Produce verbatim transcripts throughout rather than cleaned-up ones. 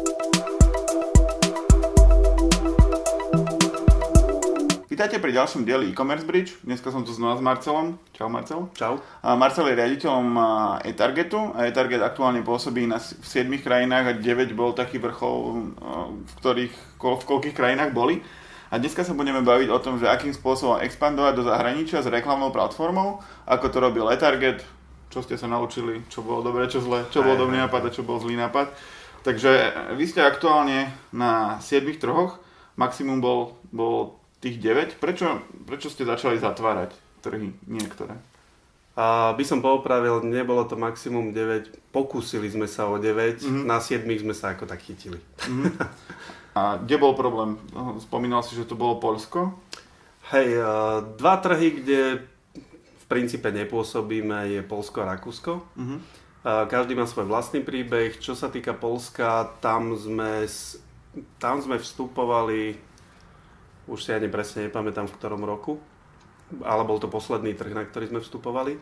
Vítajte pri ďalšom dieli e-commerce bridge. Dneska som tu znova s Marcelom. Čau Marcel. Čau. A Marcel je riaditeľom e-Targetu a e-Target aktuálne pôsobí na, v siedmich krajinách a deväť bol taký vrchol, v ktorých, v koľkých krajinách boli. A dneska sa budeme baviť o tom, že akým spôsobom expandovať do zahraničia s reklamnou platformou, ako to robil e-Target, čo ste sa naučili, čo bolo dobré, čo zlé, čo bol dobrý nápad a čo bol zlý nápad. Takže vy ste aktuálne na siedmich trhoch, maximum bol, bol tých deväť. Prečo, prečo ste začali zatvárať trhy niektoré? A by som poopravil, nebolo to maximum deväť, pokúsili sme sa o deväť, mm-hmm. na siedmich sme sa ako tak chytili. Mm-hmm. A kde bol problém? Spomínal si, že to bolo Poľsko? Hej, dva trhy, kde v princípe nepôsobíme, je Poľsko a Rakúsko. Mm-hmm. Každý má svoj vlastný príbeh. Čo sa týka Poľska, tam sme, tam sme vstupovali, už si ani presne nepamätám v ktorom roku, ale bol to posledný trh, na ktorý sme vstupovali.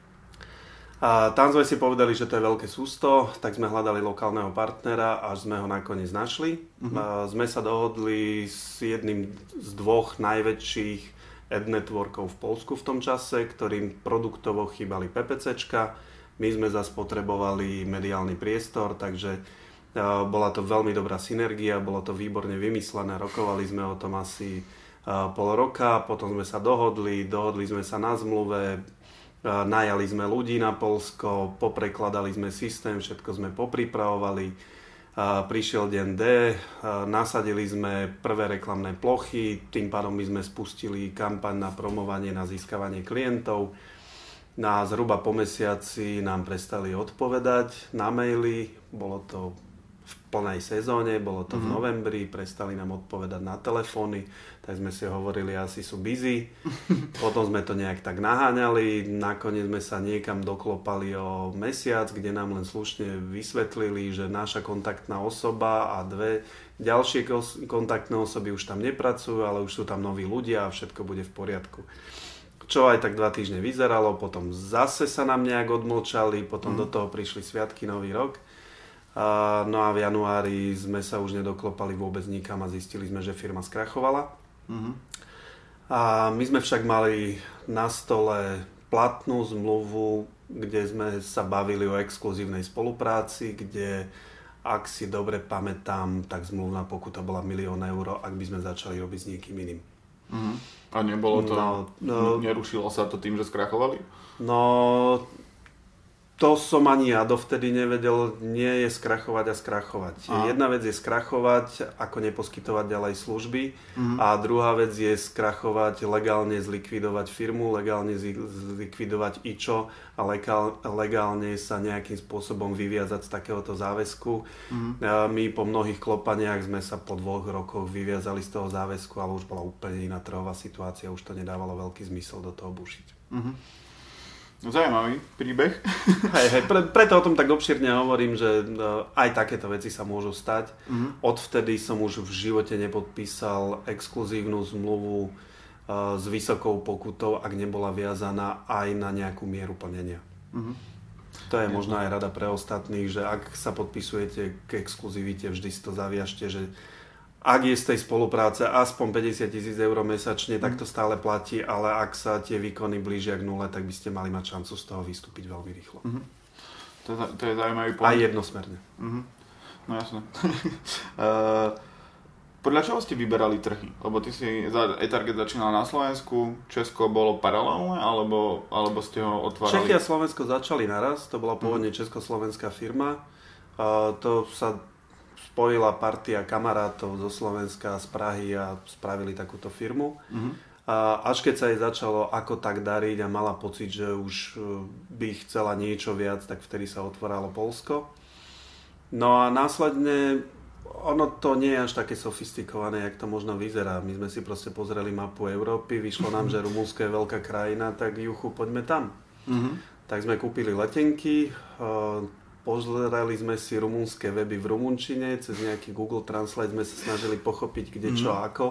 A tam sme si povedali, že to je veľké sústo, tak sme hľadali lokálneho partnera a sme ho nakoniec našli. Uh-huh. Sme sa dohodli s jedným z dvoch najväčších ad networkov v Poľsku v tom čase, ktorým produktovo chýbali PPCčka. My sme zase potrebovali mediálny priestor, takže bola to veľmi dobrá synergia, bolo to výborne vymyslené, rokovali sme o tom asi pol roka, potom sme sa dohodli, dohodli sme sa na zmluve, najali sme ľudí na Poľsko, poprekladali sme systém, všetko sme popripravovali, prišiel deň D, nasadili sme prvé reklamné plochy, tým pádom my sme spustili kampaň na promovanie, na získavanie klientov. Na zhruba po mesiaci nám prestali odpovedať na maily, bolo to v plnej sezóne, bolo to mm-hmm. v novembri, prestali nám odpovedať na telefóny, tak sme si hovorili, asi sú busy. Potom sme to nejak tak naháňali, nakoniec sme sa niekam doklopali o mesiac, kde nám len slušne vysvetlili, že naša kontaktná osoba a dve ďalšie kontaktné osoby už tam nepracujú, ale už sú tam noví ľudia a všetko bude v poriadku. Čo aj tak dva týždne vyzeralo, potom zase sa nám nejak odmlčali, potom mm. do toho prišli sviatky, Nový rok. Uh, no a v januári sme sa už nedoklopali vôbec nikam a zistili sme, že firma skrachovala. Uh-huh. A my sme však mali na stole platnú zmluvu, kde sme sa bavili o exkluzívnej spolupráci, kde, ak si dobre pamätám, tak zmluvná pokuta bola milión eur, ak by sme začali robiť s niekým iným. Uh-huh. A nebolo to, no, no, nerušilo sa to tým, že skrachovali? No, to som ani ja dovtedy nevedel, nie je skrachovať a skrachovať. Aha. Jedna vec je skrachovať, ako neposkytovať ďalej služby, mhm. a druhá vec je skrachovať, legálne zlikvidovať firmu, legálne zlikvidovať ičo a legál, legálne sa nejakým spôsobom vyviazať z takéhoto záväzku. Mhm. My po mnohých klopaniach sme sa po dvoch rokoch vyviazali z toho záväzku, ale už bola úplne iná trhová situácia, už to nedávalo veľký zmysel do toho bušiť. Mhm. Zaujímavý príbeh. Hej, hej, pre, preto o tom tak obšírne hovorím, že uh, aj takéto veci sa môžu stať. Mm-hmm. Odvtedy som už v živote nepodpísal exkluzívnu zmluvu uh, s vysokou pokutou, ak nebola viazaná aj na nejakú mieru plnenia. Mm-hmm. To je možno aj rada pre ostatných, že ak sa podpisujete k exkluzivite, vždy si to zaviažte, že ak je z tej spolupráce aspoň päťdesiat tisíc eur mesačne, tak to stále platí, ale ak sa tie výkony blížia k nule, tak by ste mali mať šancu z toho vystúpiť veľmi rýchlo. Uh-huh. To, je, to je zaujímavý point. Aj jednosmerne. Uh-huh. No jasné. uh, podľa čoho ste vyberali trhy? Lebo ty si za e-Target začínal na Slovensku, Česko bolo paralelné, alebo, alebo ste ho otvárali? Čechy a Slovensko začali naraz, to bola pôvodne uh-huh. československá firma. Uh, to sa spojila partia kamarátov zo Slovenska, z Prahy a spravili takúto firmu. Uh-huh. A až keď sa jej začalo ako tak dariť a mala pocit, že už by chcela niečo viac, tak vtedy sa otváralo Poľsko. No a následne, ono to nie je až také sofistikované, jak to možno vyzerá. My sme si proste pozreli mapu Európy, vyšlo nám, že Rumunsko je veľká krajina, tak juchu, poďme tam. Uh-huh. Tak sme kúpili letenky, pozerali sme si rumunské weby v rumunčine, cez nejaký Google Translate sme sa snažili pochopiť, kde čo mm. ako.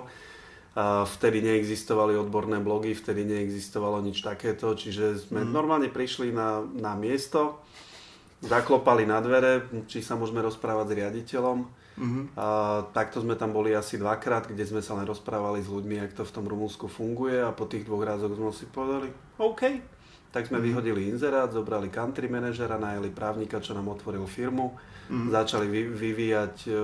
A vtedy neexistovali odborné blogy, vtedy neexistovalo nič takéto, čiže sme mm. normálne prišli na, na miesto, zaklopali na dvere, či sa môžeme rozprávať s riaditeľom. Uh-huh. A takto sme tam boli asi dvakrát, kde sme sa len rozprávali s ľuďmi, jak to v tom Rumunsku funguje a po tých dvoch rázoch sme si povedali OK. Tak sme uh-huh. vyhodili inzerát, zobrali country manažera, najeli právnika, čo nám otvoril firmu, uh-huh. začali vy, vyvíjať uh,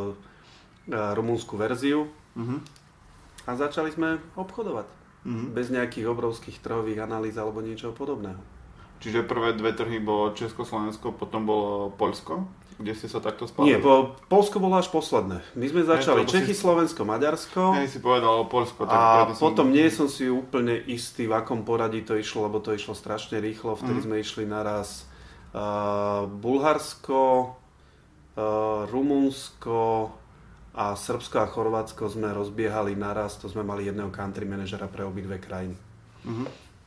uh, rumunskú verziu uh-huh. a začali sme obchodovať. Uh-huh. Bez nejakých obrovských trhových analýz alebo niečoho podobného. Čiže prvé dve trhy bolo Československo, potom bolo Poľsko? Kde ste sa takto spali? Nie, po, Poľsko bolo až posledné. My sme začali ja, Čechy, si... Slovensko, Maďarsko. Ja si povedal Poľsko. Tak a potom som... nie som si úplne istý, v akom poradí to išlo, lebo to išlo strašne rýchlo. Vtedy mm. sme išli naraz uh, Bulharsko, uh, Rumunsko a Srbsko a Chorvátsko sme rozbiehali naraz. To sme mali jedného country manažera pre obidve krajiny. Mm-hmm.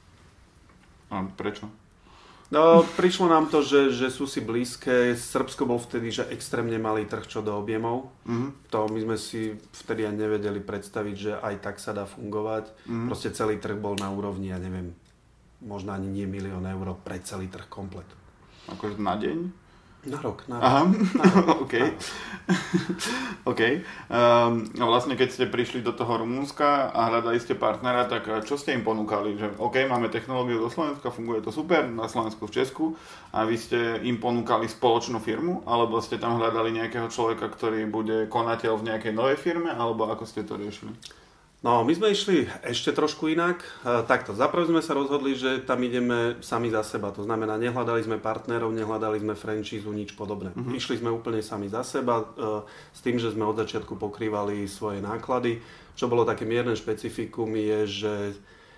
A prečo? No, prišlo nám to, že, že sú si blízke. Srbsko bol vtedy, že extrémne malý trh čo do objemov. Mm-hmm. To my sme si vtedy ani nevedeli predstaviť, že aj tak sa dá fungovať. Mm-hmm. Proste celý trh bol na úrovni, ja neviem, možno ani nie milión eur pre celý trh komplet. Akože na deň? Na rok, na rok. Aha, na rok. OK. OK. Um, a vlastne keď ste prišli do toho Rumunska a hľadali ste partnera, tak čo ste im ponúkali? Že OK, máme technológiu do Slovenska, funguje to super, na Slovensku, v Česku a vy ste im ponúkali spoločnú firmu, alebo ste tam hľadali nejakého človeka, ktorý bude konateľ v nejakej novej firme, alebo ako ste to riešili? No, my sme išli ešte trošku inak. E, takto, zaprvé sme sa rozhodli, že tam ideme sami za seba. To znamená, nehľadali sme partnerov, nehľadali sme franchízu, nič podobné. Mm-hmm. Išli sme úplne sami za seba, e, s tým, že sme od začiatku pokrývali svoje náklady. Čo bolo také mierne špecifikum je, že e,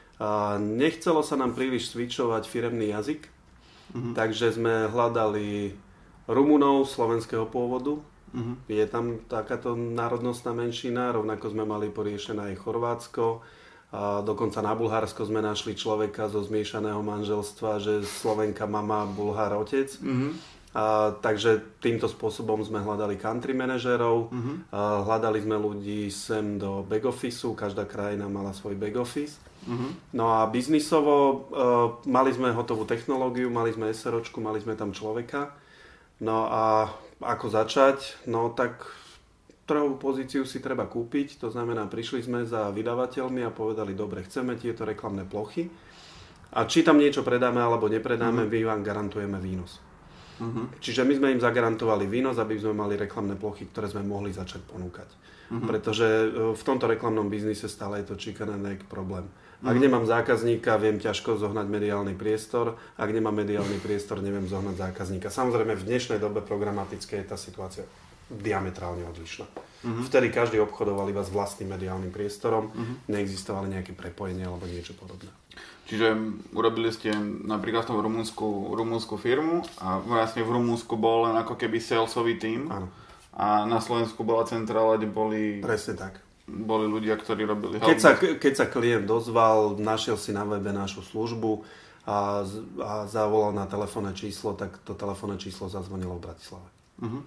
nechcelo sa nám príliš switchovať firemný jazyk, mm-hmm. takže sme hľadali Rumunov slovenského pôvodu. Uh-huh. Je tam takáto národnostná menšina, rovnako sme mali poriešené aj Chorvátsko a dokonca na Bulharsko sme našli človeka zo zmiešaného manželstva, že Slovenka mama, Bulhár otec. Uh-huh. A, takže týmto spôsobom sme hľadali country manažerov, uh-huh. a hľadali sme ľudí sem do back officeu, každá krajina mala svoj back office. Uh-huh. No a biznisovo uh, mali sme hotovú technológiu, mali sme SROčku, mali sme tam človeka. No a ako začať? No tak trhovú pozíciu si treba kúpiť, to znamená, prišli sme za vydavateľmi a povedali, dobre, chceme tieto reklamné plochy a či tam niečo predáme alebo nepredáme, uh-huh. my vám garantujeme výnos. Uh-huh. Čiže my sme im zagarantovali výnos, aby sme mali reklamné plochy, ktoré sme mohli začať ponúkať. Uh-huh. Pretože v tomto reklamnom biznise stále je to chicken and egg problém. Ak uh-huh. nemám zákazníka, viem ťažko zohnať mediálny priestor. Ak nemám mediálny priestor, neviem zohnať zákazníka. Samozrejme, v dnešnej dobe programatické je tá situácia diametrálne odlišná. Uh-huh. Vtedy každý obchodoval iba s vlastným mediálnym priestorom, uh-huh. neexistovali nejaké prepojenie alebo niečo podobné. Čiže urobili ste napríklad v tom Rumunsku, rumunsku firmu a vlastne v Rumunsku bol len ako keby salesový tím. Áno. A na Slovensku bola centrála, kde boli... Presne tak. Boli ľudia, ktorí robili... Keď sa, keď sa klient dozval, našiel si na webe našu službu a, a zavolal na telefónne číslo, tak to telefónne číslo zazvonilo v Bratislave. Uh-huh,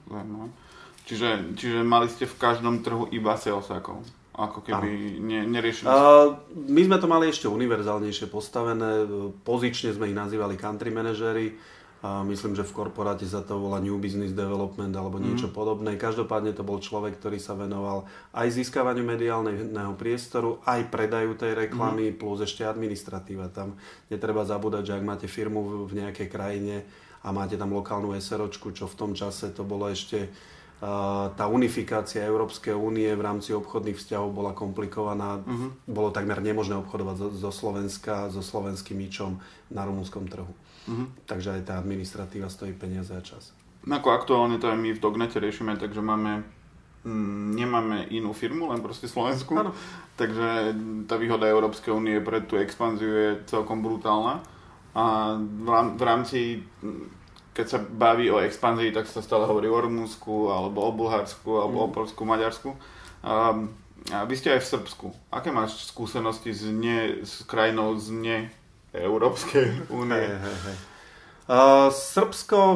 čiže, čiže mali ste v každom trhu iba salesákov? Ako keby ne, neriešili... Uh, my sme to mali ešte univerzálnejšie postavené. Pozične sme ich nazývali country manažery. A myslím, že v korporáte sa to volá New Business Development alebo niečo mm. podobné. Každopádne to bol človek, ktorý sa venoval aj získavaniu mediálneho priestoru, aj predaju tej reklamy, mm. plus ešte administratíva. Tam netreba zabúdať, že ak máte firmu v nejakej krajine a máte tam lokálnu SROčku, čo v tom čase to bolo ešte uh, tá unifikácia Európskej únie v rámci obchodných vzťahov bola komplikovaná. Mm. Bolo takmer nemožné obchodovať zo, zo Slovenska, so slovenským míčom na rumunskom trhu. Uh-huh. Takže aj tá administratíva stojí peniaze a čas. Ako aktuálne to aj my v Dognete riešime, takže máme, mm, nemáme inú firmu, len proste Slovensku. Ano. Takže tá výhoda Európskej únie pre tú expanziu je celkom brutálna. A v rámci, keď sa baví o expanzii, tak sa stále hovorí o Rumunsku, alebo o Bulharsku, alebo mm. o Poľsku, Maďarsku. A, a vy ste aj v Srbsku. Aké máš skúsenosti s, ne, s krajinou z ne Európskej únie? Hej, hej, hej. Uh, Srbsko,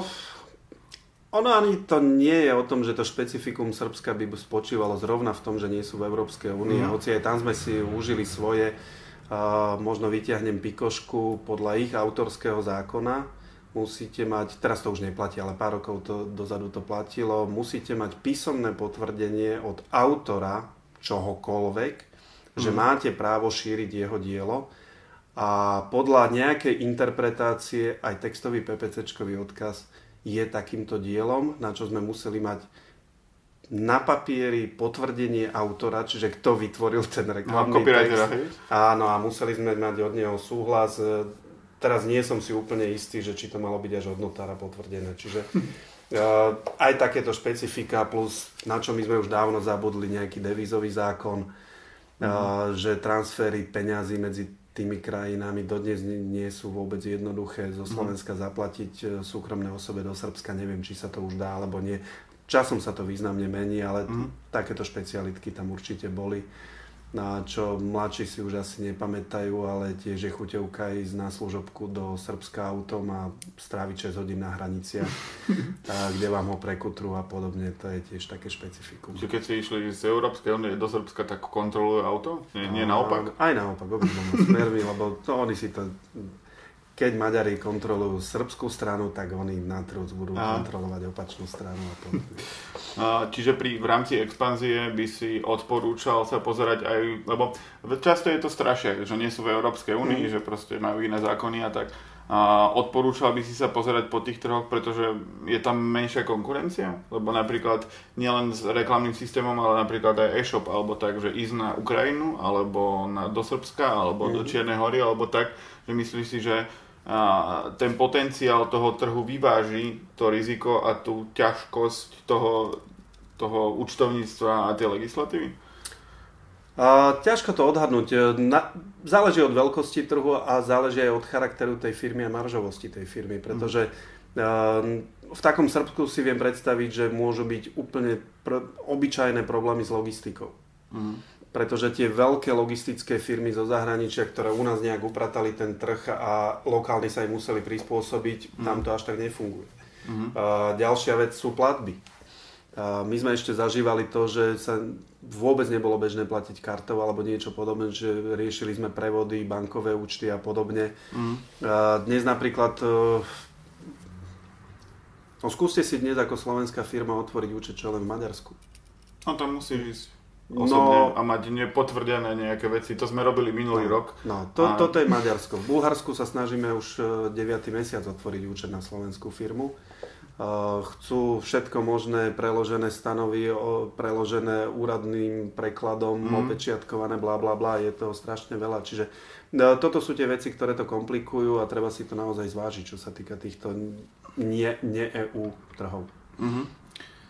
ono ani to nie je o tom, že to špecifikum Srbska by spočívalo zrovna v tom, že nie sú v Európskej únii, mm. hoci aj tam sme si užili svoje, uh, možno vyťahnem pikošku podľa ich autorského zákona, musíte mať, teraz to už neplatí, ale pár rokov to, dozadu to platilo, musíte mať písomné potvrdenie od autora čohokoľvek, mm. že máte právo šíriť jeho dielo a podľa nejakej interpretácie aj textový PPCčkový odkaz je takýmto dielom, na čo sme museli mať na papieri potvrdenie autora, čiže kto vytvoril ten reklamný no, text. Áno, a museli sme mať od neho súhlas. Teraz nie som si úplne istý, že či to malo byť až od notára potvrdené. Čiže uh, aj takéto špecifika, plus na čo my sme už dávno zabudli nejaký devízový zákon, mm. uh, že transfery peňazí medzi tými krajinami dodnes nie, nie sú vôbec jednoduché. Zo Slovenska mm. zaplatiť súkromné osobe do Srbska, neviem, či sa to už dá, alebo nie. Časom sa to významne mení, ale mm. takéto špecialitky tam určite boli. Na čo mladší si už asi nepamätajú, ale tiež je chuťovka ísť na služobku do Srbska autom a stráviť šesť hodín na hraniciach, kde vám ho prekutru a podobne, to je tiež také špecifikum. Čiže keď si išli z Európskej únie do Srbska, tak kontrolujú auto? Nie, nie naopak? Aj naopak, obidvoma smermi, lebo to oni si to... Keď Maďari kontrolujú srbskú stranu, tak oni na trhu budú Aha. kontrolovať opačnú stranu. A a, čiže pri, v rámci expanzie by si odporúčal sa pozerať aj, lebo často je to strašie, že nie sú v Európskej únii, mm. že proste majú iné zákony a tak. A odporúčal by si sa pozerať po tých trhoch, pretože je tam menšia konkurencia? Lebo napríklad nielen s reklamným systémom, ale napríklad aj e-shop, alebo tak, že ísť na Ukrajinu, alebo na, do Srbska, alebo mm. do Čiernej Hory, alebo tak, že myslíš si, že a ten potenciál toho trhu vyváži to riziko a tú ťažkosť toho, toho účtovníctva a tej legislatívy? Uh, ťažko to odhadnúť. Na, záleží od veľkosti trhu a záleží aj od charakteru tej firmy a maržovosti tej firmy, pretože uh, v takom Srbsku si viem predstaviť, že môžu byť úplne pr- obyčajné problémy s logistikou. Mm. Pretože tie veľké logistické firmy zo zahraničia, ktoré u nás nejak upratali ten trh a lokálni sa im museli prispôsobiť, mm. tam to až tak nefunguje. Mm. Uh, ďalšia vec sú platby. Uh, my sme ešte zažívali to, že sa vôbec nebolo bežné platiť kartou alebo niečo podobné, že riešili sme prevody, bankové účty a podobne. Mm. Uh, dnes napríklad, uh, no skúste si dnes ako slovenská firma otvoriť účet čo len v Maďarsku. No tam musíš ísť osobne no, a mať nepotvrdené nejaké veci. To sme robili minulý no, rok. No, to, a... toto je Maďarsko. V Bulharsku sa snažíme už deviaty mesiac otvoriť účet na slovenskú firmu. Uh, chcú všetko možné preložené stanovy, o, preložené úradným prekladom, mm. opečiatkované, blá, blá, blá. Je to strašne veľa. Čiže uh, toto sú tie veci, ktoré to komplikujú a treba si to naozaj zvážiť, čo sa týka týchto nie-é ú trhov. Mm-hmm.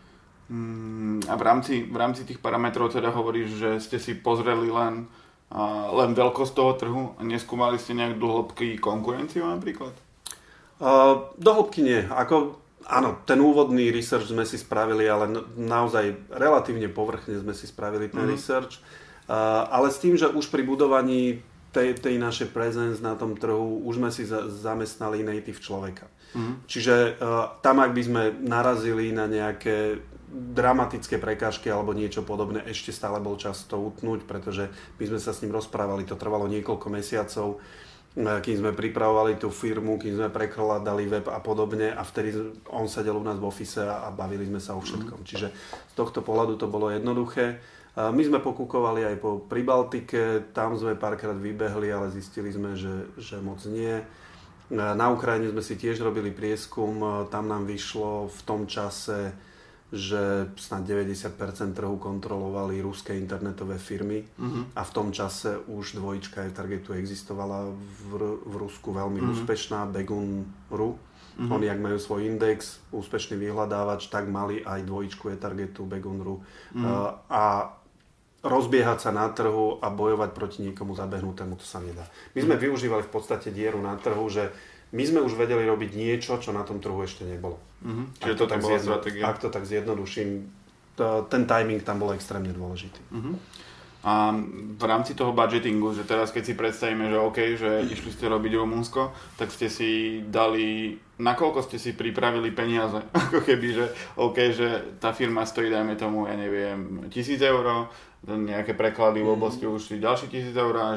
A v rámci, v rámci tých parametrov teda hovoríš, že ste si pozreli len, a, len veľkosť toho trhu a neskúmali ste nejak do hĺbky konkurenciu napríklad? Uh, do hĺbky nie. Ako, áno, ten úvodný research sme si spravili, ale naozaj relatívne povrchne sme si spravili ten mm. research. Uh, ale s tým, že už pri budovaní tej, tej našej presence na tom trhu už sme si za, zamestnali native človeka. Mm. Čiže uh, tam, ak by sme narazili na nejaké dramatické prekážky alebo niečo podobné, ešte stále bol čas to utnúť, pretože my sme sa s ním rozprávali, to trvalo niekoľko mesiacov, kým sme pripravovali tú firmu, kým sme prekladali web a podobne a vtedy on sedel u nás v office a bavili sme sa o všetkom. Mm. Čiže z tohto pohľadu to bolo jednoduché. My sme pokúkovali aj po Pribaltike, tam sme párkrát vybehli, ale zistili sme, že, že moc nie. Na Ukrajine sme si tiež robili prieskum, tam nám vyšlo v tom čase, že snad deväťdesiat percent trhu kontrolovali ruské internetové firmy uh-huh. a v tom čase už dvojička e-targetu existovala v, v Rusku veľmi uh-huh. úspešná, Begun.ru. Uh-huh. Oni, ak majú svoj index, úspešný vyhľadávač, tak mali aj dvojičku e-targetu, Begun.ru. Uh-huh. Uh, a rozbiehať sa na trhu a bojovať proti niekomu zabehnutému, to sa nedá. My sme uh-huh. využívali v podstate dieru na trhu, že my sme už vedeli robiť niečo, čo na tom trhu ešte nebolo. Uh-huh. Čiže to tak bola stratégia. Ak to tak zjednoduším, to, ten timing tam bol extrémne dôležitý. Uh-huh. A v rámci toho budgetingu, že teraz keď si predstavíme, že OK, že išli ste robiť Rumunsko, tak ste si dali, nakoľko ste si pripravili peniaze? Ako keby, že OK, že tá firma stojí, dajme tomu, ja neviem, tisíc eur, nejaké preklady v oblasti už ďalší tisíc eur, a že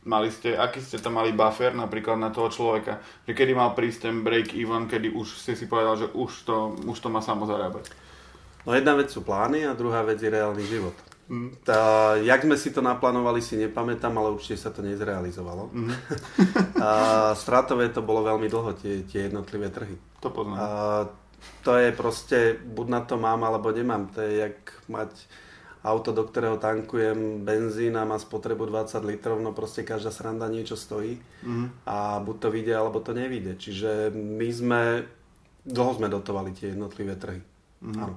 Mali ste, aký ste tam mali buffer napríklad na toho človeka? Že kedy mal prísť ten break even, kedy už ste si povedal, že už to, už to má samo zarábať? No jedna vec sú plány a druhá vec je reálny život. Mm. Tá, jak sme si to naplánovali, si nepamätám, ale určite sa to nezrealizovalo. Mm. A stratové to bolo veľmi dlho, tie, tie jednotlivé trhy. To poznám. A to je proste, buď na to mám, alebo nemám. To je jak mať auto, do ktorého tankujem benzín a má spotrebu dvadsať litrov, no proste každá sranda niečo stojí mm. a buď to vyjde, alebo to nevyjde. Čiže my sme, dlho sme dotovali tie jednotlivé trhy. Mm. Áno.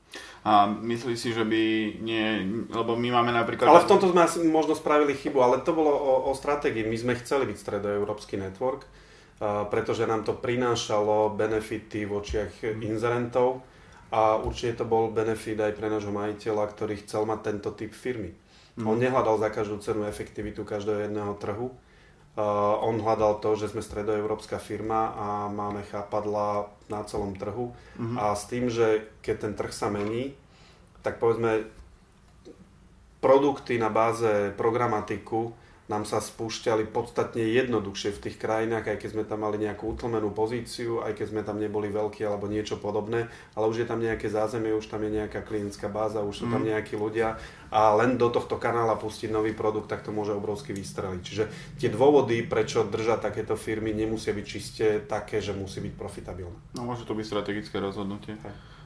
A myslíš si, že by nie, lebo my máme napríklad... Ale v tomto sme asi možno spravili chybu, ale to bolo o, o stratégii. My sme chceli byť stredoeurópsky network, uh, pretože nám to prinášalo benefity v očiach mm. inzerentov. A určite to bol benefit aj pre nášho majiteľa, ktorý chcel mať tento typ firmy. Mm. On nehľadal za každú cenu efektivitu každého jedného trhu. Uh, on hľadal to, že sme stredoeurópska firma a máme chápadla na celom trhu. Mm. A s tým, že keď ten trh sa mení, tak povedzme produkty na báze programatiku nám sa spúšťali podstatne jednoduchšie v tých krajinách, aj keď sme tam mali nejakú utlmenú pozíciu, aj keď sme tam neboli veľkí alebo niečo podobné, ale už je tam nejaké zázemie, už tam je nejaká klientská báza, už sú tam nejakí ľudia a len do tohto kanála pustiť nový produkt, tak to môže obrovsky vystreliť. Čiže tie dôvody, prečo držať takéto firmy, nemusia byť čiste také, že musí byť profitabilné. No môže to byť strategické rozhodnutie.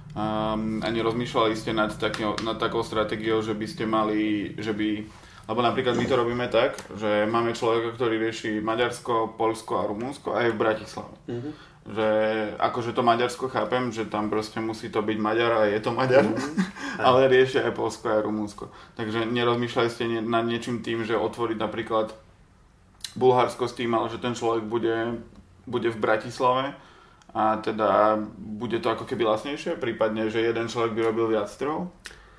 Um, a nerozmýšľali ste nad, taký, nad takou stratégiou, že by ste mali, že by Lebo napríklad my to robíme tak, že máme človeka, ktorý rieši Maďarsko, Poľsko a Rumunsko aj v Bratislave. Mm-hmm. Že akože to Maďarsko chápem, že tam proste musí to byť Maďar a je to Maďar, mm-hmm. ale riešia aj Poľsko a Rumunsko. Takže nerozmýšľali ste nie, nad niečím tým, že otvoriť napríklad Bulharsko s tým, ale že ten človek bude, bude v Bratislave a teda bude to ako keby lacnejšie, prípadne, že jeden človek by robil viac trhov?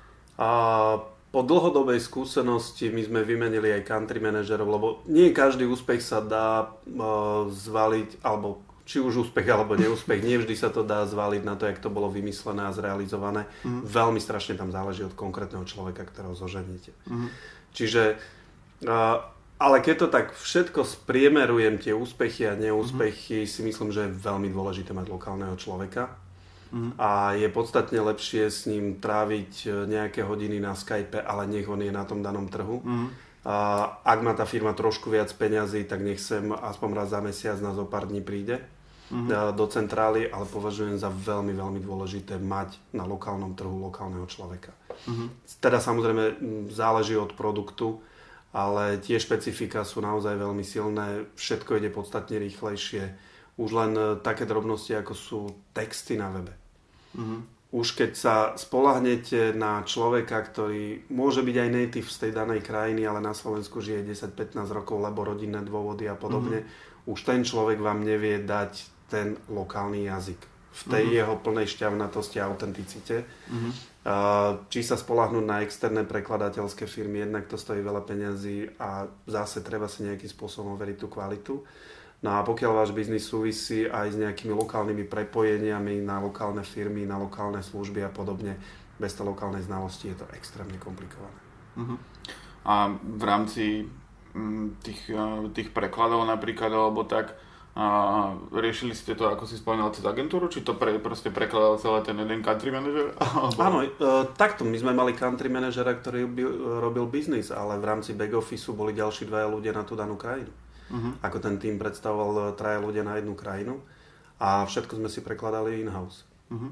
A po dlhodobej skúsenosti my sme vymenili aj country manažerov, lebo nie každý úspech sa dá uh, zvaliť, alebo či už úspech alebo neúspech, nie vždy sa to dá zvaliť na to, jak to bolo vymyslené a zrealizované. Mm. Veľmi strašne tam záleží od konkrétneho človeka, ktorého zoženíte. Mm. Čiže, uh, ale keď to tak všetko spriemerujem, tie úspechy a neúspechy, mm. si myslím, že je veľmi dôležité mať lokálneho človeka. Mm. A je podstatne lepšie s ním tráviť nejaké hodiny na Skype, ale nech on je na tom danom trhu. Mm. A ak má tá firma trošku viac peňazí, tak nech sem aspoň raz za mesiac na zo pár dní príde mm. do centrály, ale považujem za veľmi, veľmi dôležité mať na lokálnom trhu lokálneho človeka. Mm. Teda samozrejme záleží od produktu, ale tie špecifika sú naozaj veľmi silné, všetko ide podstatne rýchlejšie. Už len také drobnosti, ako sú texty na webe. Mm-hmm. Už keď sa spoľahnete na človeka, ktorý môže byť aj native z tej danej krajiny, ale na Slovensku žije desať pätnásť rokov, lebo rodinné dôvody a podobne, mm-hmm. už ten človek vám nevie dať ten lokálny jazyk v tej mm-hmm. jeho plnej šťavnatosti a autenticite. Mm-hmm. Či sa spoľahnúť na externé prekladateľské firmy, jednak to stojí veľa peňazí a zase treba si nejakým spôsobom overiť tú kvalitu. No a pokiaľ váš biznis súvisí aj s nejakými lokálnymi prepojeniami na lokálne firmy, na lokálne služby a podobne, bez tej lokálnej znalosti je to extrémne komplikované. Uh-huh. A v rámci m, tých, tých prekladov napríklad, alebo tak, a riešili ste to, ako si spomínal, cez agentúru? Či to pre, proste prekladal celé ten jeden country manager? Alebo... Áno, e, takto. My sme mali country manažera, ktorý by, robil biznis, ale v rámci back officeu boli ďalší dvaja ľudia na tú danú krajinu. Uh-huh. Ako ten tým predstavoval traja ľudia na jednu krajinu a všetko sme si prekladali in-house. Uh-huh.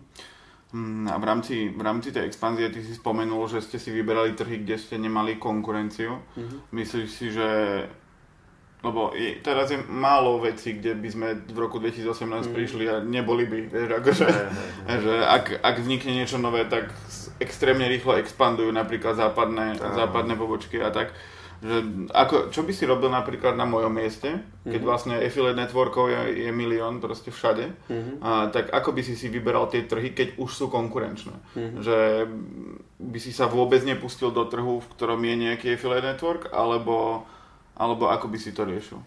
A v rámci, v rámci tej expanzie ty si spomenul, že ste si vyberali trhy, kde ste nemali konkurenciu. Uh-huh. Myslíš si, že... Lebo je, teraz je málo vecí, kde by sme v roku dvetisícosemnásť uh-huh. prišli a neboli by. Vieš, akože, uh-huh. že ak, ak vznikne niečo nové, tak extrémne rýchlo expandujú napríklad západné, uh-huh. západné pobočky a tak. Že ako, čo by si robil napríklad na mojom mieste, keď mm-hmm. vlastne affiliate networkov je, je milión proste všade, mm-hmm. a, tak ako by si si vyberal tie trhy, keď už sú konkurenčné? Mm-hmm. Že by si sa vôbec nepustil do trhu, v ktorom je nejaký affiliate network, alebo, alebo ako by si to riešil?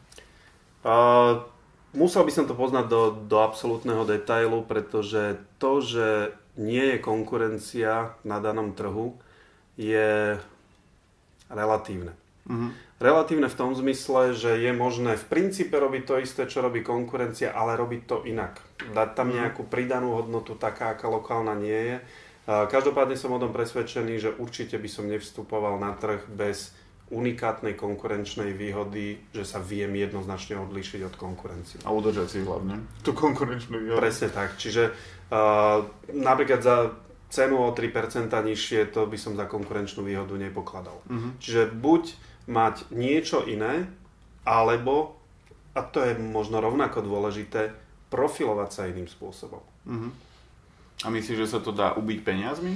Uh, musel by som to poznať do, do absolútneho detailu, pretože to, že nie je konkurencia na danom trhu, je relatívne. Uh-huh. Relatívne v tom zmysle, že je možné v princípe robiť to isté, čo robí konkurencia, ale robiť to inak. Dať tam nejakú pridanú hodnotu, taká, aká lokálna nie je. Každopádne som o tom presvedčený, že určite by som nevstupoval na trh bez unikátnej konkurenčnej výhody, že sa viem jednoznačne odlíšiť od konkurencie. A udržať si hlavne tú konkurenčnú výhodu. Presne tak. Čiže uh, napríklad za cenu o tri percentá nižšie, to by som za konkurenčnú výhodu nepokladal. Uh-huh. Čiže buď mať niečo iné, alebo, a to je možno rovnako dôležité, profilovať sa iným spôsobom. Uh-huh. A myslíš, že sa to dá ubiť peniazmi?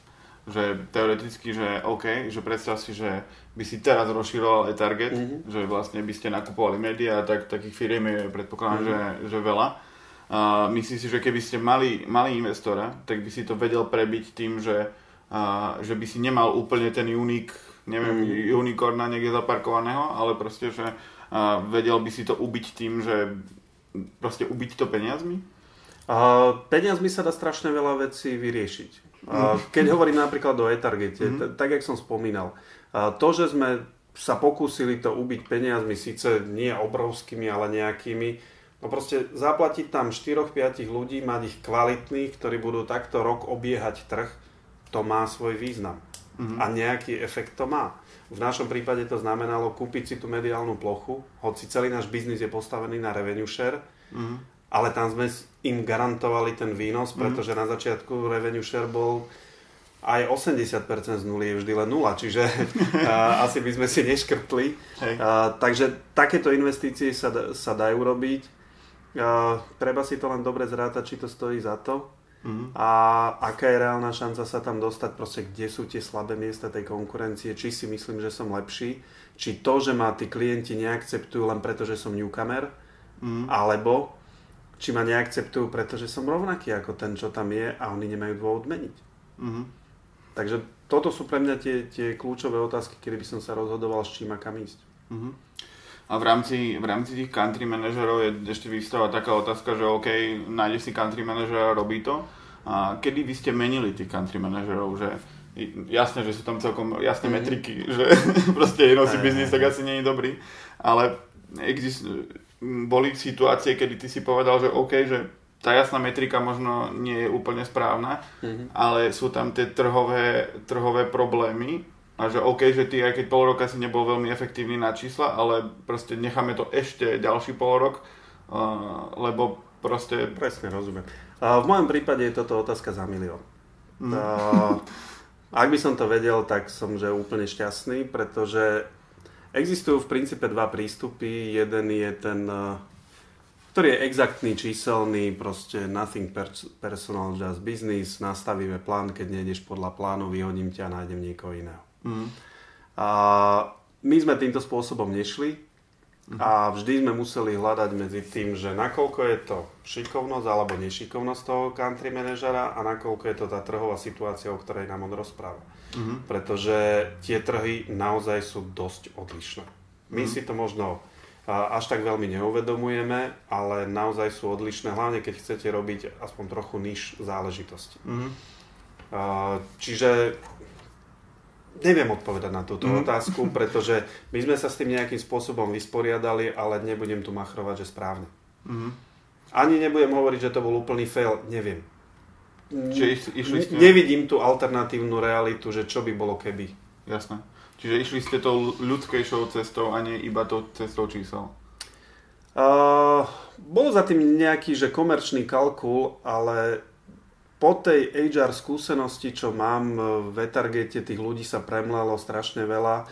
Že teoreticky, že OK, že predstav si, že by si teraz rozširoval e-target, uh-huh. že vlastne by ste nakupovali médiá, tak takých firiem je predpokladám, uh-huh. že, že veľa. Uh, myslíš si, že keby ste mali, mali investora, tak by si to vedel prebiť tým, že, uh, že by si nemal úplne ten unik, neviem, mm. unicorna niekde zaparkovaného, ale proste, že uh, vedel by si to ubiť tým, že proste ubiť to peniazmi? Uh, peniazmi sa dá strašne veľa vecí vyriešiť. Uh, keď hovorím napríklad o e-targete, mm. t- tak jak som spomínal, uh, to, že sme sa pokúsili to ubiť peniazmi, síce nie obrovskými, ale nejakými, no proste zaplatiť tam štyri až päť ľudí, mať ich kvalitných, ktorí budú takto rok obiehať trh, to má svoj význam. Mm-hmm. A nejaký efekt to má. V našom prípade to znamenalo kúpiť si tú mediálnu plochu, hoci celý náš biznis je postavený na revenue share, mm-hmm. ale tam sme im garantovali ten výnos, pretože mm-hmm. na začiatku revenue share bol aj osemdesiat percent z nuly je vždy len nula, čiže a, asi by sme si neškrtli. A, takže takéto investície sa, sa dajú robiť. A, treba si to len dobre zrátať, či to stojí za to. Mm-hmm. A aká je reálna šanca sa tam dostať, proste kde sú tie slabé miesta tej konkurencie, či si myslím, že som lepší, či to, že ma tí klienti neakceptujú len preto, že som newcomer, mm-hmm. alebo či ma neakceptujú, pretože som rovnaký ako ten, čo tam je a oni nemajú dôvod meniť. Mm-hmm. Takže toto sú pre mňa tie, tie kľúčové otázky, kedy by som sa rozhodoval, s čím a kam ísť. Mm-hmm. A v rámci, v rámci tých country manažerov je ešte vystáva taká otázka, že OK, nájdeš si country manažera a robí to. A kedy by ste menili tých country manažerov? Že jasné, že sú tam celkom jasné mm. metriky, že proste jedno si biznis tak asi nie je dobrý. Ale exist, boli situácie, kedy ty si povedal, že OK, že tá jasná metrika možno nie je úplne správna, mm-hmm. ale sú tam tie trhové, trhové problémy. A že OK, že ty aj keď pol roka si nebol veľmi efektívny na čísla, ale proste necháme to ešte ďalší pol rok, uh, lebo proste... Presne, rozumiem. Uh, v mojom prípade je toto otázka za milión. Mm. Uh, ak by som to vedel, tak som že úplne šťastný, pretože existujú v princípe dva prístupy. Jeden je ten, uh, ktorý je exaktný, číselný, proste nothing personal, just business, nastavíme plán, keď nejdeš podľa plánu, vyhodím ťa a nájdem niekoho iného. Mm. A my sme týmto spôsobom nešli a vždy sme museli hľadať medzi tým, že nakoľko je to šikovnosť alebo nešikovnosť toho country manažera a nakoľko je to tá trhová situácia, o ktorej nám on rozpráva. Mm-hmm. Pretože tie trhy naozaj sú dosť odlišné. My mm-hmm. si to možno až tak veľmi neuvedomujeme, ale naozaj sú odlišné, hlavne keď chcete robiť aspoň trochu niž záležitosti. Mm-hmm. Čiže neviem odpovedať na túto mm. otázku, pretože my sme sa s tým nejakým spôsobom vysporiadali, ale nebudem tu machrovať, že správne. Mm. Ani nebudem hovoriť, že to bol úplný fail, neviem. Čiže iš, išli ste... Nevidím tú alternatívnu realitu, že čo by bolo keby. Jasné. Čiže išli ste tou ľudskejšou cestou a nie iba tou cestou čísel? Uh, bol za tým nejaký, že komerčný kalkul, ale... Po tej há er skúsenosti, čo mám v e-targete, tých ľudí sa premlelo strašne veľa.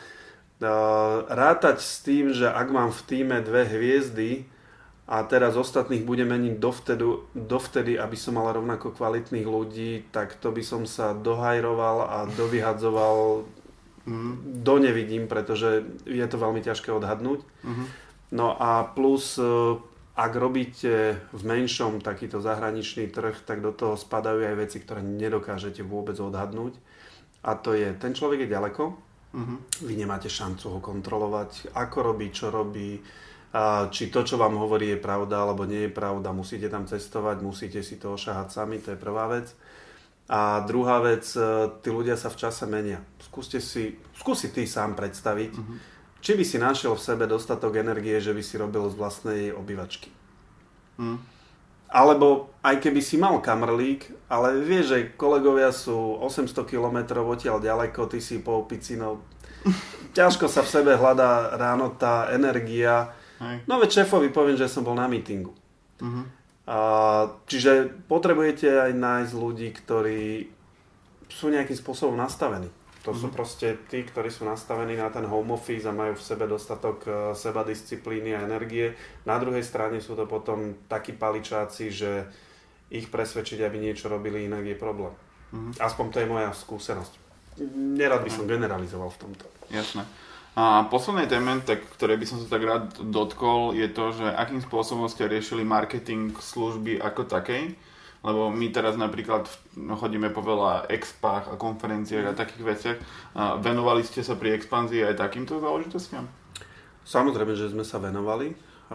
Rátať s tým, že ak mám v tíme dve hviezdy a teraz ostatných budem meniť dovtedy, dovtedy, aby som mal rovnako kvalitných ľudí, tak to by som sa dohajroval a dovyhadzoval mm. do nevidím, pretože je to veľmi ťažké odhadnúť. Mm-hmm. No a plus... Ak robíte v menšom takýto zahraničný trh, tak do toho spadajú aj veci, ktoré nedokážete vôbec odhadnúť. A to je, ten človek je ďaleko, uh-huh. vy nemáte šancu ho kontrolovať, ako robí, čo robí, či to, čo vám hovorí, je pravda, alebo nie je pravda. Musíte tam cestovať, musíte si to ošahať sami, to je prvá vec. A druhá vec, tí ľudia sa v čase menia. Skúste si, skúsi ty sám predstaviť, uh-huh. či by si našiel v sebe dostatok energie, že by si robil z vlastnej obývačky. Mm. Alebo aj keby si mal kamrlík, ale vieš, že kolegovia sú osemsto kilometrov odtiaľ ďaleko, ty si po opici, no ťažko sa v sebe hľadá ráno tá energia. Hej. No veď šéfovi poviem, že som bol na mítingu. Uh-huh. A, čiže potrebujete aj nájsť ľudí, ktorí sú nejakým spôsobom nastavení. To uh-huh. sú proste tí, ktorí sú nastavení na ten home office a majú v sebe dostatok sebadisciplíny a energie. Na druhej strane sú to potom takí paličáci, že ich presvedčiť, aby niečo robili inak, je problém. Uh-huh. Aspoň to je moja skúsenosť. Nerad by som uh-huh. generalizoval v tomto. Jasné. A poslednej téme, tak, ktorej by som sa tak rád dotkol, je to, že akým spôsobom ste riešili marketing služby ako takej. Lebo my teraz napríklad chodíme po veľa expách a konferenciách a takých veciach. A venovali ste sa pri expanzii aj takýmto záležitostiam? Samozrejme, že sme sa venovali.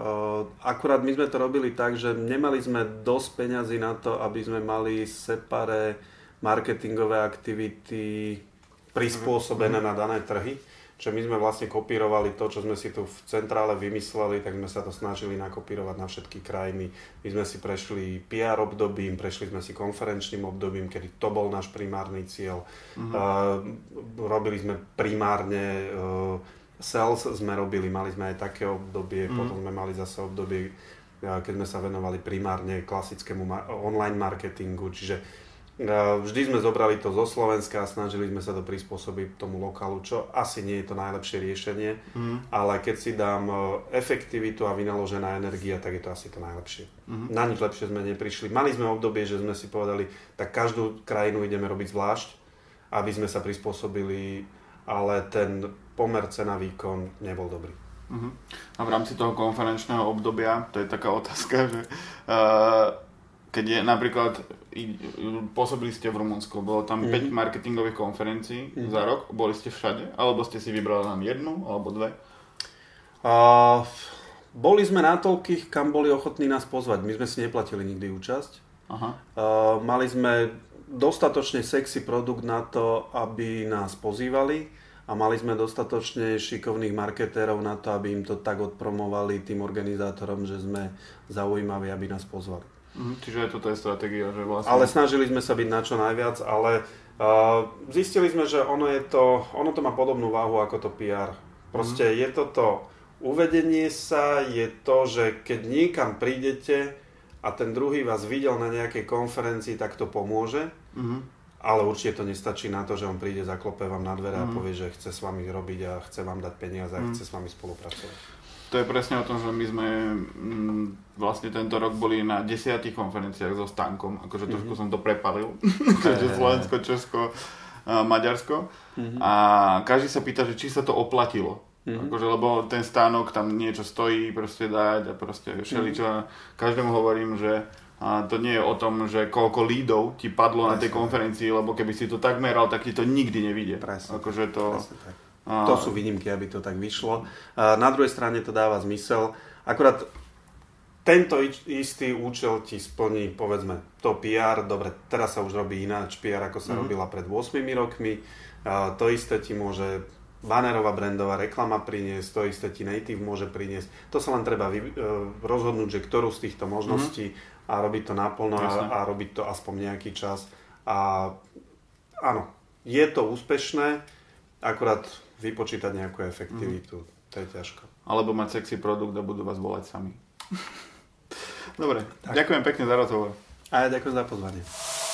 Akurát my sme to robili tak, že nemali sme dosť peňazí na to, aby sme mali separé marketingové aktivity prispôsobené mm. na dané trhy. Čiže my sme vlastne kopírovali to, čo sme si tu v centrále vymysleli, tak sme sa to snažili nakopírovať na všetky krajiny. My sme si prešli pé er obdobím, prešli sme si konferenčným obdobím, kedy to bol náš primárny cieľ. Uh-huh. Uh, robili sme primárne uh, sales, sme robili, mali sme aj také obdobie, uh-huh. potom sme mali zase obdobie, uh, keď sme sa venovali primárne klasickému ma- online marketingu, čiže vždy sme zobrali to zo Slovenska a snažili sme sa to prispôsobiť tomu lokálu, čo asi nie je to najlepšie riešenie, mm. ale keď si dám efektivitu a vynaložená energia, tak je to asi to najlepšie. Mm. Na nič lepšie sme neprišli. Mali sme obdobie, že sme si povedali, tak každú krajinu ideme robiť zvlášť, aby sme sa prispôsobili, ale ten pomer cena výkon nebol dobrý. Mm. A v rámci toho konferenčného obdobia, to je taká otázka, že uh, keď je napríklad, pôsobili ste v Rumunsku, bolo tam mm. päť marketingových konferencií mm. za rok, boli ste všade? Alebo ste si vybrali len jednu, alebo dve? Uh, boli sme na toľkých, kam boli ochotní nás pozvať. My sme si neplatili nikdy účasť. Aha. Uh, mali sme dostatočne sexy produkt na to, aby nás pozývali a mali sme dostatočne šikovných marketérov na to, aby im to tak odpromovali tým organizátorom, že sme zaujímaví, aby nás pozvali. Mm, čiže toto je stratégia, že vlastne... Ale snažili sme sa byť na čo najviac, ale uh, zistili sme, že ono je to, ono to má podobnú váhu ako to pé er. Proste mm. je to to uvedenie sa, je to, že keď niekam prídete a ten druhý vás videl na nejakej konferencii, tak to pomôže. Mm. Ale určite to nestačí na to, že on príde, zaklope vám na dvere mm. a povie, že chce s vami robiť a chce vám dať peniaze a mm. chce s vami spolupracovať. To je presne o tom, že my sme m, vlastne tento rok boli na desiatich konferenciách so Stankom, akože trošku mm-hmm. som to prepalil, keďže Slovensko, Česko, a Maďarsko mm-hmm. a každý sa pýta, že či sa to oplatilo, mm-hmm. akože, lebo ten stánok tam niečo stojí, proste dať a proste všeličo, mm-hmm. každému hovorím, že a to nie je o tom, že koľko lídov ti padlo presne. Na tej konferencii, lebo keby si to tak meral, tak ti to nikdy nevidie. Presne. Akože to... Presne. To sú výnimky, aby to tak vyšlo. Na druhej strane to dáva zmysel. Akurát tento istý účel ti splní, povedzme, to pé er. Dobre, teraz sa už robí ináč pé er, ako sa mm. robila pred ôsmimi rokmi. To isté ti môže bannerová brandová reklama priniesť, to isté ti native môže priniesť. To sa len treba vy, rozhodnúť, že ktorú z týchto možností mm. a robiť to naplno a, a robiť to aspoň nejaký čas. A áno, je to úspešné, akurát vypočítať nejakú efektivitu, mm. to je ťažko. Alebo mať sexy produkt a budú vás volať sami. Dobre, tak. Ďakujem pekne za rozhovor. A ja ďakujem za pozvanie.